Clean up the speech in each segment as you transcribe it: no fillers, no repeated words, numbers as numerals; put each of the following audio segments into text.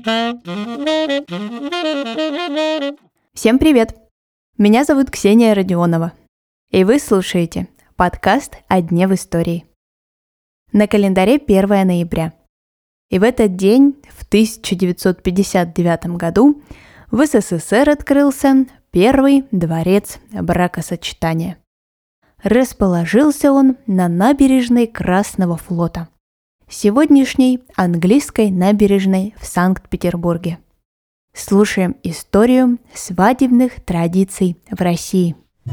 Всем привет! Меня зовут Ксения Родионова, и вы слушаете подкаст «О дне в истории». На календаре 1 ноября. И в этот день, в 1959 году, в СССР открылся первый дворец бракосочетания. Расположился он на набережной Красного флота, сегодняшней английской набережной в Санкт-Петербурге. Слушаем историю свадебных традиций в России.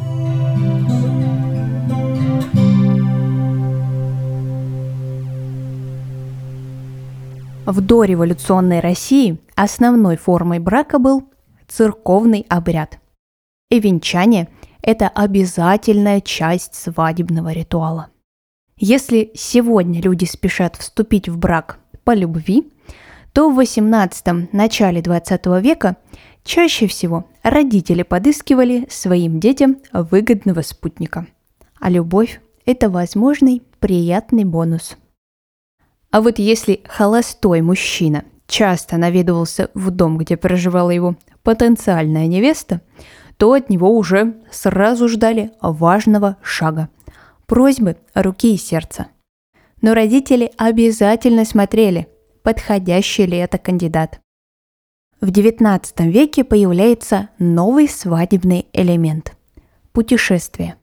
В дореволюционной России основной формой брака был церковный обряд. И венчание – это обязательная часть свадебного ритуала. Если сегодня люди спешат вступить в брак по любви, то в XVIII – начале XX века чаще всего родители подыскивали своим детям выгодного спутника. А любовь – это возможный приятный бонус. А вот если холостой мужчина часто наведывался в дом, где проживала его потенциальная невеста, то от него уже сразу ждали важного шага – просьбы руки и сердца. Но родители обязательно смотрели, подходящий ли это кандидат. В XIX веке появляется новый свадебный элемент – путешествие.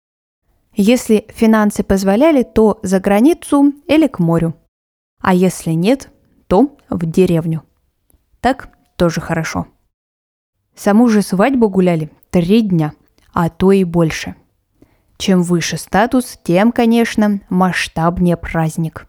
Если финансы позволяли, то за границу или к морю. А если нет, то в деревню. Так тоже хорошо. Саму же свадьбу гуляли 3 дня, а то и больше. Чем выше статус, тем, конечно, масштабнее праздник.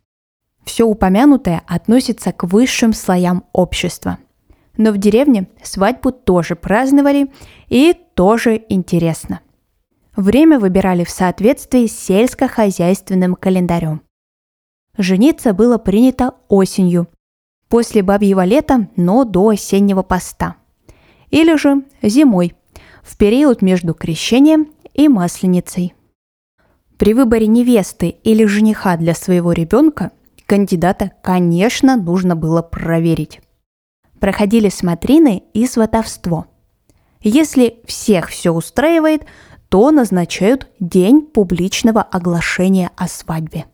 Все упомянутое относится к высшим слоям общества. Но в деревне свадьбу тоже праздновали, и тоже интересно. Время выбирали в соответствии с сельскохозяйственным календарем. Жениться было принято осенью, после бабьего лета, но до осеннего поста. Или же зимой, в период между крещением и масленицей. При выборе невесты или жениха для своего ребенка кандидата, конечно, нужно было проверить. Проходили смотрины и сватовство. Если всех все устраивает, то назначают день публичного оглашения о свадьбе.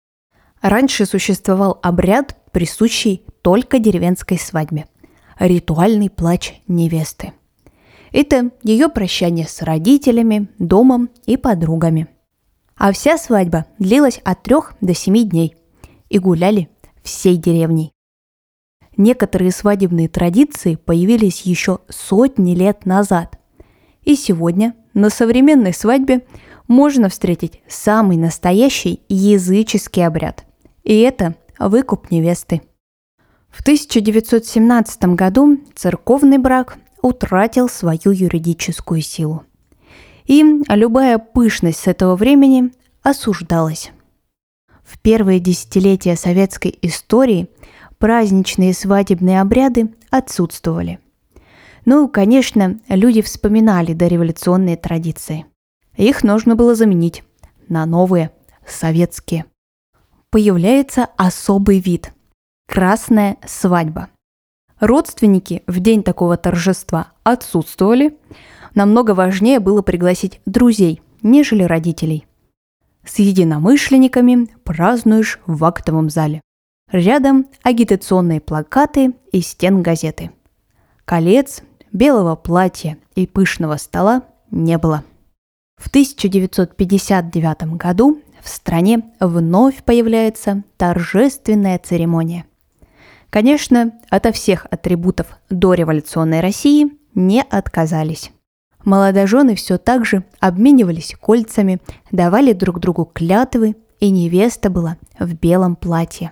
Раньше существовал обряд, присущий только деревенской свадьбе – ритуальный плач невесты. Это ее прощание с родителями, домом и подругами. А вся свадьба длилась от 3 до 7 дней. И гуляли всей деревней. Некоторые свадебные традиции появились еще сотни лет назад. И сегодня на современной свадьбе можно встретить самый настоящий языческий обряд. И это выкуп невесты. В 1917 году церковный брак утратил свою юридическую силу. И любая пышность с этого времени осуждалась. В первые десятилетия советской истории праздничные свадебные обряды отсутствовали. Ну, конечно, люди вспоминали дореволюционные традиции. Их нужно было заменить на новые, советские. Появляется особый вид – красная свадьба. Родственники в день такого торжества отсутствовали. Намного важнее было пригласить друзей, нежели родителей. С единомышленниками празднуешь в актовом зале. Рядом агитационные плакаты и стен газеты. Колец, белого платья и пышного стола не было. В 1959 году в стране вновь появляется торжественная церемония. Конечно, ото всех атрибутов дореволюционной России не отказались. Молодожены все так же обменивались кольцами, давали друг другу клятвы, и невеста была в белом платье.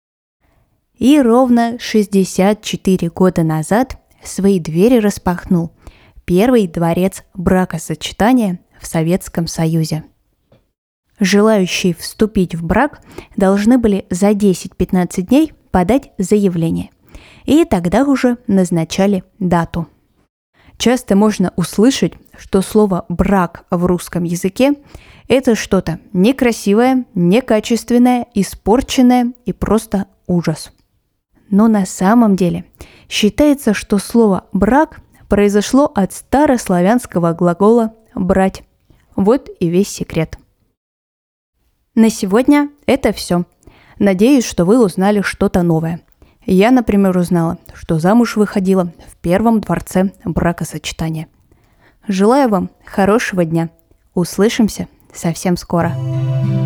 И ровно 64 года назад свои двери распахнул первый дворец бракосочетания в Советском Союзе. Желающие вступить в брак должны были за 10-15 дней подать заявление, и тогда уже назначали дату. Часто можно услышать, что слово «брак» в русском языке – это что-то некрасивое, некачественное, испорченное и просто ужас. Но на самом деле считается, что слово «брак» произошло от старославянского глагола «брать». Вот и весь секрет. На сегодня это все. Надеюсь, что вы узнали что-то новое. Я, например, узнала, что замуж выходила в первом дворце бракосочетания. Желаю вам хорошего дня. Услышимся совсем скоро.